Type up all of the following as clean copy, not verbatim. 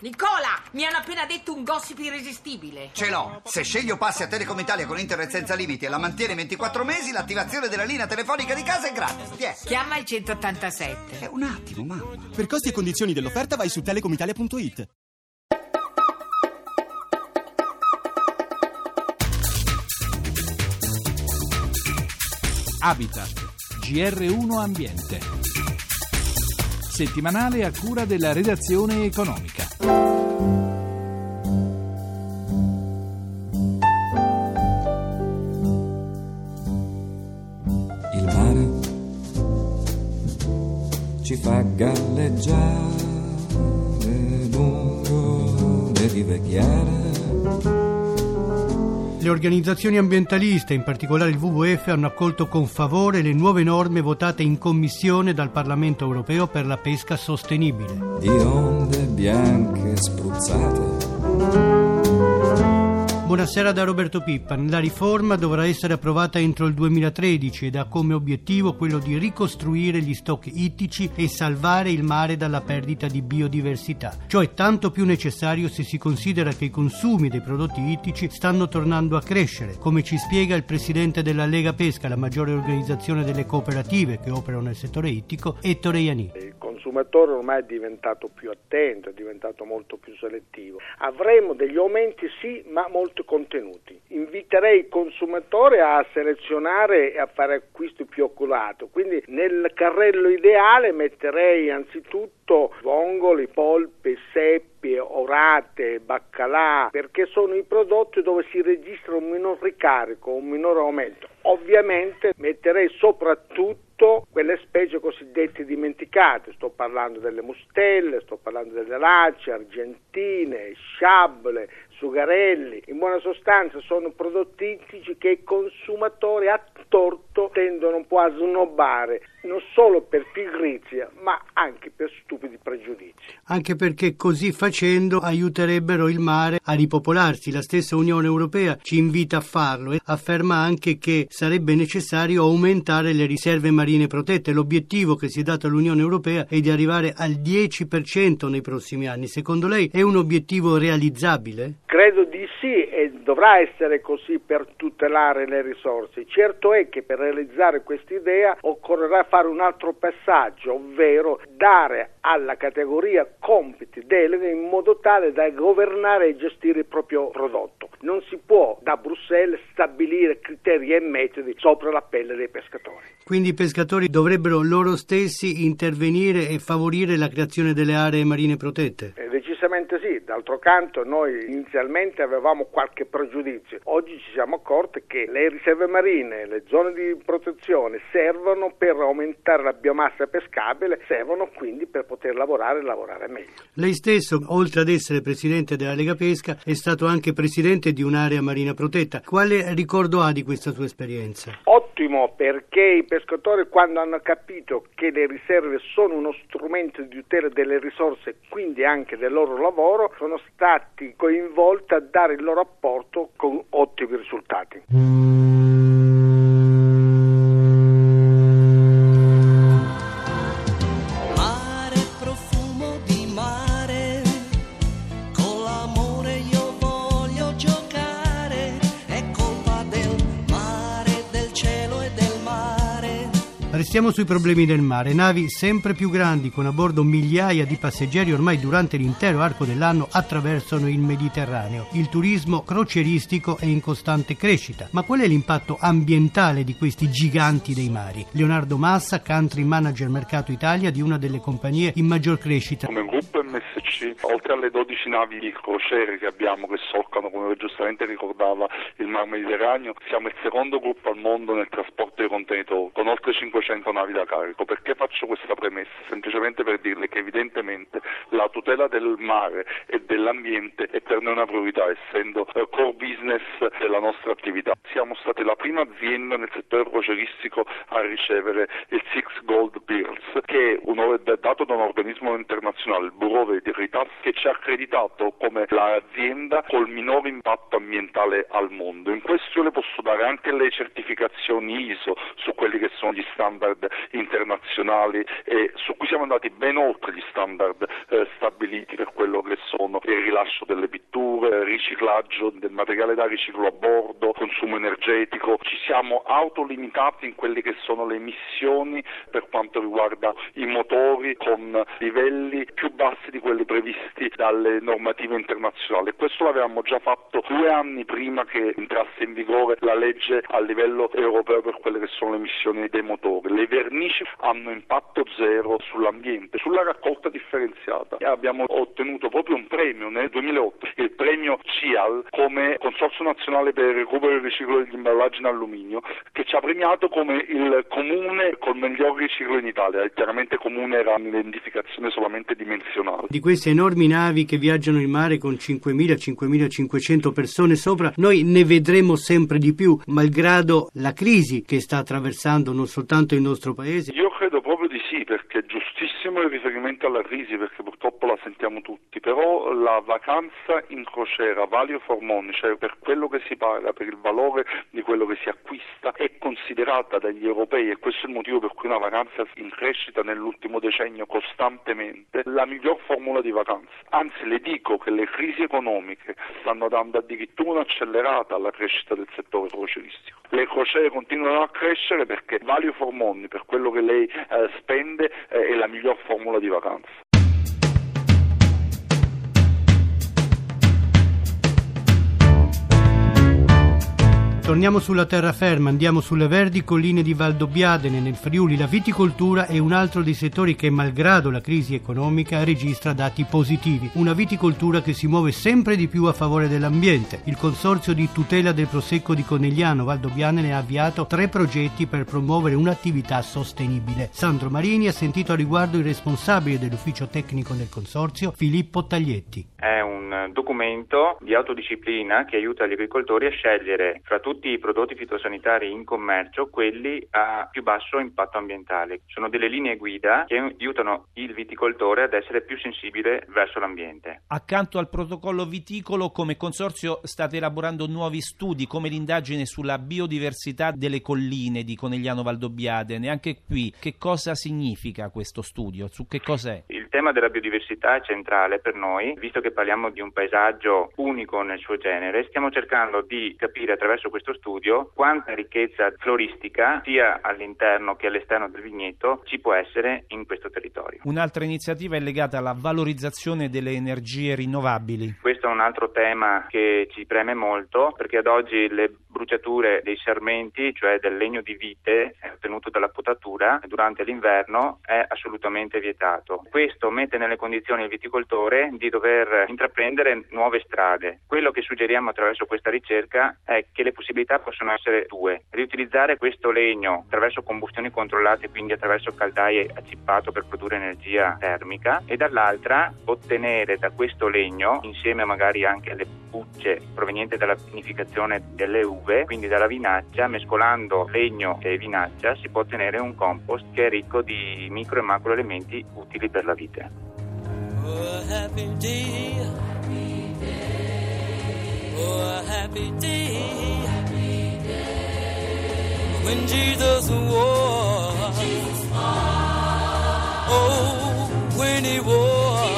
Nicola, mi hanno appena detto un gossip irresistibile. Ce l'ho. Se scegli o passi a Telecom Italia con internet senza limiti e la mantieni 24 mesi, l'attivazione della linea telefonica di casa è gratis. Tiè. Chiama il 187. Un attimo, mamma. Per costi e condizioni dell'offerta vai su telecomitalia.it. Habitat, GR1 Ambiente. Settimanale a cura della redazione economica. Il mare ci fa galleggiare lungo le rive chiare. Le organizzazioni ambientaliste, in particolare il WWF, hanno accolto con favore le nuove norme votate in commissione dal Parlamento europeo per la pesca sostenibile. Di onde bianche spruzzate. Buonasera da Roberto Pippan. La riforma dovrà essere approvata entro il 2013 ed ha come obiettivo quello di ricostruire gli stock ittici e salvare il mare dalla perdita di biodiversità. Ciò è tanto più necessario se si considera che i consumi dei prodotti ittici stanno tornando a crescere, come ci spiega il presidente della Lega Pesca, la maggiore organizzazione delle cooperative che operano nel settore ittico, Ettore Ianni. Il consumatore ormai è diventato più attento, è diventato molto più selettivo. Avremo degli aumenti sì, ma molto contenuti. Inviterei il consumatore a selezionare e a fare acquisti più oculati, quindi nel carrello ideale metterei anzitutto vongoli, polpe, seppie, orate, baccalà, perché sono i prodotti dove si registra un minor ricarico, un minore aumento. Ovviamente metterei soprattutto quelle specie cosiddette dimenticate, sto parlando delle mustelle, sto parlando delle lacce, argentine, sciabole, sugarelli. In buona sostanza sono prodotti ittici che i consumatori a torto tendono un po' a snobbare, non solo per pigrizia ma anche per stupidi pregiudizi. Anche perché così facendo aiuterebbero il mare a ripopolarsi. La stessa Unione Europea ci invita a farlo e afferma anche che sarebbe necessario aumentare le riserve marine protette. L'obiettivo che si è dato all'Unione Europea è di arrivare al 10% nei prossimi anni. Secondo lei è un obiettivo realizzabile? Credo di sì, e dovrà essere così per tutelare le risorse. Certo è che per realizzare quest'idea occorrerà fare un altro passaggio, ovvero dare alla categoria compiti, deleghe, in modo tale da governare e gestire il proprio prodotto. Non si può da Bruxelles stabilire criteri e metodi sopra la pelle dei pescatori. Quindi i pescatori dovrebbero loro stessi intervenire e favorire la creazione delle aree marine protette? Decisamente sì, d'altro canto noi inizialmente avevamo qualche pregiudizio, oggi ci siamo accorti che le riserve marine, le zone di protezione servono per aumentare la biomassa pescabile, servono quindi per poter lavorare meglio. Lei stesso, oltre ad essere presidente della Lega Pesca, è stato anche presidente di un'area marina protetta. Quale ricordo ha di questa sua esperienza? Ottimo, perché i pescatori, quando hanno capito che le riserve sono uno strumento di tutela delle risorse, quindi anche del loro lavoro, sono stati coinvolti a dare il loro apporto con ottimi risultati. Mare, profumo di mare, con l'amore io voglio giocare, è colpa del mare, del cielo e del mare. Restiamo sui problemi del mare. Navi sempre più grandi con a bordo migliaia di passeggeri ormai durante l'intero arco dell'anno attraversano il Mediterraneo. Il turismo crocieristico è in costante crescita. Ma qual è l'impatto ambientale di questi giganti dei mari? Leonardo Massa, country manager mercato Italia di una delle compagnie in maggior crescita. Come gruppo MSC, oltre alle 12 navi di crociere che abbiamo che solcano, come giustamente ricordava, il Mar Mediterraneo, siamo il secondo gruppo al mondo nel trasporto dei contenitori, con oltre 500 navi da carico. Perché faccio questa premessa? Semplicemente per dirle che evidentemente la tutela del mare e dell'ambiente è per noi una priorità, essendo core business della nostra attività. Siamo stati la prima azienda nel settore crocieristico a ricevere il Six Gold Pearls, che è dato da un organismo internazionale, il Bureau Veritas, che ci ha accreditato come l'azienda col minore impatto ambientale al mondo. In questo io le posso dare anche le certificazioni ISO su quelli che sono gli standard internazionali e su cui siamo andati ben oltre gli standard stabiliti per quello che sono rilascio delle pitture, riciclaggio del materiale da riciclo a bordo, consumo energetico. Ci siamo autolimitati in quelle che sono le emissioni per quanto riguarda i motori, con livelli più bassi di quelli previsti dalle normative internazionali. Questo l'avevamo già fatto 2 anni prima che entrasse in vigore la legge a livello europeo per quelle che sono le emissioni dei motori. Le vernici hanno impatto zero sull'ambiente. Sulla raccolta differenziata abbiamo ottenuto proprio un premio nel 2008, il premio CIAL, come Consorzio Nazionale per il Recupero e il Riciclo degli Imballaggi in Alluminio, che ci ha premiato come il comune col miglior riciclo in Italia. Chiaramente comune era un'identificazione solamente dimensionale. Di queste enormi navi che viaggiano in mare con 5.000-5.500 persone sopra, noi ne vedremo sempre di più, malgrado la crisi che sta attraversando non soltanto il nostro paese. Io credo proprio di sì, perché è giustissimo il riferimento alla crisi, perché purtroppo la sentiamo tutti, però la vacanza in crociera Value for Money, cioè per quello che si paga, per il valore di quello che si acquista, è considerata dagli europei, e questo è il motivo per cui una vacanza in crescita nell'ultimo decennio costantemente, la miglior formula di vacanza. Anzi, le dico che le crisi economiche stanno dando addirittura un'accelerata alla crescita del settore crocieristico. Le crociere continuano a crescere perché Value for Money, per quello che lei spende, è la miglior formula di vacanza. Torniamo sulla terraferma, andiamo sulle verdi colline di Valdobbiadene, nel Friuli. La viticoltura è un altro dei settori che, malgrado la crisi economica, registra dati positivi. Una viticoltura che si muove sempre di più a favore dell'ambiente. Il Consorzio di tutela del Prosecco di Conegliano Valdobbiadene ha avviato 3 progetti per promuovere un'attività sostenibile. Sandro Marini ha sentito a riguardo il responsabile dell'ufficio tecnico del Consorzio, Filippo Taglietti. È un documento di autodisciplina che aiuta gli agricoltori a scegliere fra tutti i prodotti fitosanitari in commercio quelli a più basso impatto ambientale. Sono delle linee guida che aiutano il viticoltore ad essere più sensibile verso l'ambiente. Accanto al protocollo viticolo, come consorzio state elaborando nuovi studi, come l'indagine sulla biodiversità delle colline di Conegliano Valdobbiadene. Anche qui, che cosa significa questo studio? Su che cos'è? Il tema della biodiversità è centrale per noi, visto che parliamo di un paesaggio unico nel suo genere. Stiamo cercando di capire attraverso questo studio quanta ricchezza floristica, sia all'interno che all'esterno del vigneto, ci può essere in questo territorio. Un'altra iniziativa è legata alla valorizzazione delle energie rinnovabili. Questo è un altro tema che ci preme molto, perché ad oggi le bruciature dei sermenti, cioè del legno di vite ottenuto dalla potatura, durante l'inverno è assolutamente vietato. Questo mette nelle condizioni il viticoltore di dover intraprendere nuove strade. Quello che suggeriamo attraverso questa ricerca è che le possibilità possono essere 2: riutilizzare questo legno attraverso combustioni controllate, quindi attraverso caldaie a cippato per produrre energia termica, e dall'altra ottenere da questo legno, insieme magari anche alle bucce provenienti dalla vinificazione delle uve, quindi dalla vinaccia, mescolando legno e vinaccia si può ottenere un compost che è ricco di micro e macroelementi utili per la vite. Oh, happy day. Oh, happy day. When Jesus was. Oh, when he was.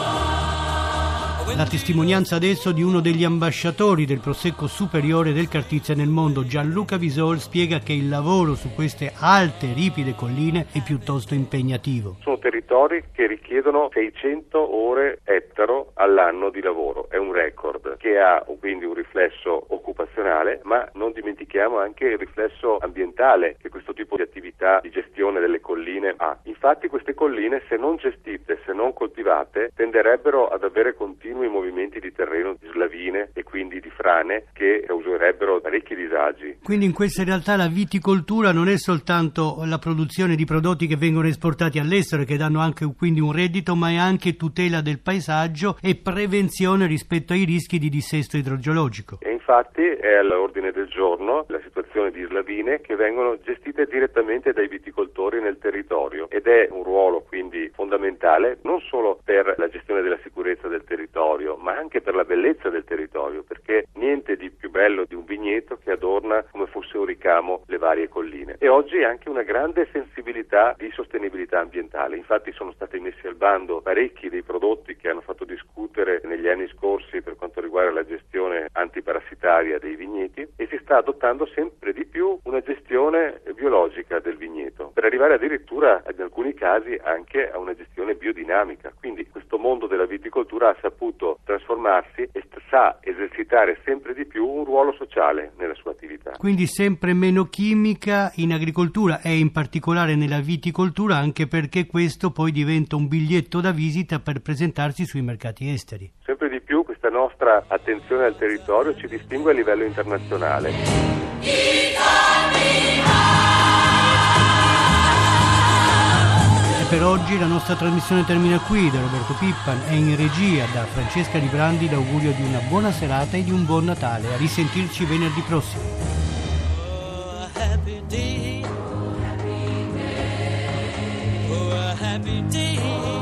La testimonianza adesso di uno degli ambasciatori del Prosecco superiore del Cartizia nel mondo. Gianluca Visol spiega che il lavoro su queste alte, ripide colline è piuttosto impegnativo. Sono territori che richiedono 600 ore ettaro all'anno di lavoro. È un record che ha quindi un riflesso occupazionale, ma non dimentichiamo anche il riflesso ambientale che questo tipo di attività di gestione delle colline ha. Infatti queste colline, se non gestite, se non coltivate, tenderebbero ad avere continui movimenti di terreno, di slavine e quindi di frane che causerebbero parecchi disagi. Quindi in questa realtà la viticoltura non è soltanto la produzione di prodotti che vengono esportati all'estero e che danno anche quindi un reddito, ma è anche tutela del paesaggio e prevenzione rispetto ai rischi di dissesto idrogeologico. E infatti è all'ordine del giorno la situazione di slavine che vengono gestite direttamente dai viticoltori nel territorio, ed è un ruolo quindi fondamentale non solo per la gestione della sicurezza del territorio, ma anche per la bellezza del territorio, perché niente di più bello di un vigneto che adorna come fosse un ricamo le varie colline. E oggi anche una grande sensibilità di sostenibilità ambientale. Infatti sono stati messi al bando parecchi dei prodotti che hanno fatto discutere negli anni scorsi per quanto riguarda la gestione antiparassitaria dei vigneti e si sta adottando sempre di più una gestione biologica del vigneto, per arrivare addirittura in alcuni casi anche a una gestione biodinamica. Quindi questo mondo della viticoltura ha saputo trasformarsi e sa esercitare sempre di più un ruolo sociale nella sua attività. Quindi sempre meno chimica in agricoltura e in particolare nella viticoltura, anche perché questo poi diventa un biglietto da visita per presentarsi sui mercati esteri. Sempre di più questa nostra attenzione al territorio ci distingue a livello internazionale. E per oggi la nostra trasmissione termina qui. Da Roberto Pippan e in regia da Francesca Librandi l'augurio di una buona serata e di un buon Natale. A risentirci venerdì prossimo. Happy day.